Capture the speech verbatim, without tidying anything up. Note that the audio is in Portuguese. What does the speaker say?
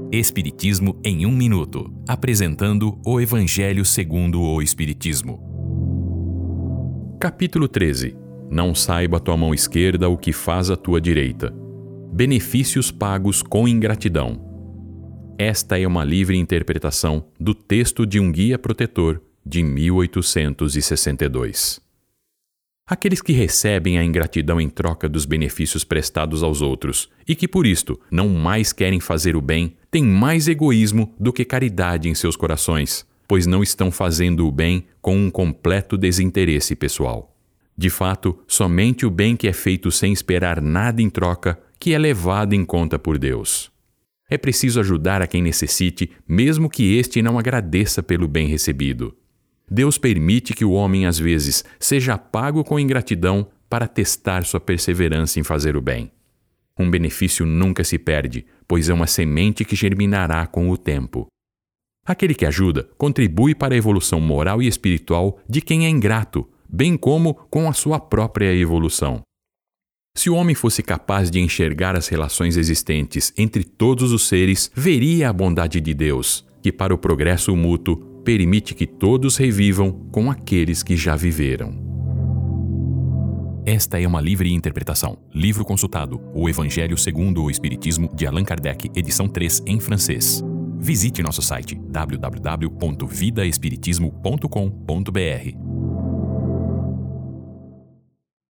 Espiritismo em um minuto, apresentando o Evangelho segundo o Espiritismo. Capítulo treze. Não saiba a tua mão esquerda o que faz a tua direita. Benefícios pagos com ingratidão. Esta é uma livre interpretação do texto de Um Guia Protetor, de mil oitocentos e sessenta e dois. Aqueles que recebem a ingratidão em troca dos benefícios prestados aos outros e que, por isto, não mais querem fazer o bem, têm mais egoísmo do que caridade em seus corações, pois não estão fazendo o bem com um completo desinteresse pessoal. De fato, somente o bem que é feito sem esperar nada em troca que é levado em conta por Deus. É preciso ajudar a quem necessite, mesmo que este não agradeça pelo bem recebido. Deus permite que o homem, às vezes, seja pago com ingratidão para testar sua perseverança em fazer o bem. Um benefício nunca se perde, pois é uma semente que germinará com o tempo. Aquele que ajuda contribui para a evolução moral e espiritual de quem é ingrato, bem como com a sua própria evolução. Se o homem fosse capaz de enxergar as relações existentes entre todos os seres, veria a bondade de Deus, que para o progresso mútuo permite que todos revivam com aqueles que já viveram. Esta é uma livre interpretação. Livro consultado: O Evangelho segundo o Espiritismo, de Allan Kardec, edição três, em francês. Visite nosso site w w w ponto vida espiritismo ponto com ponto b r.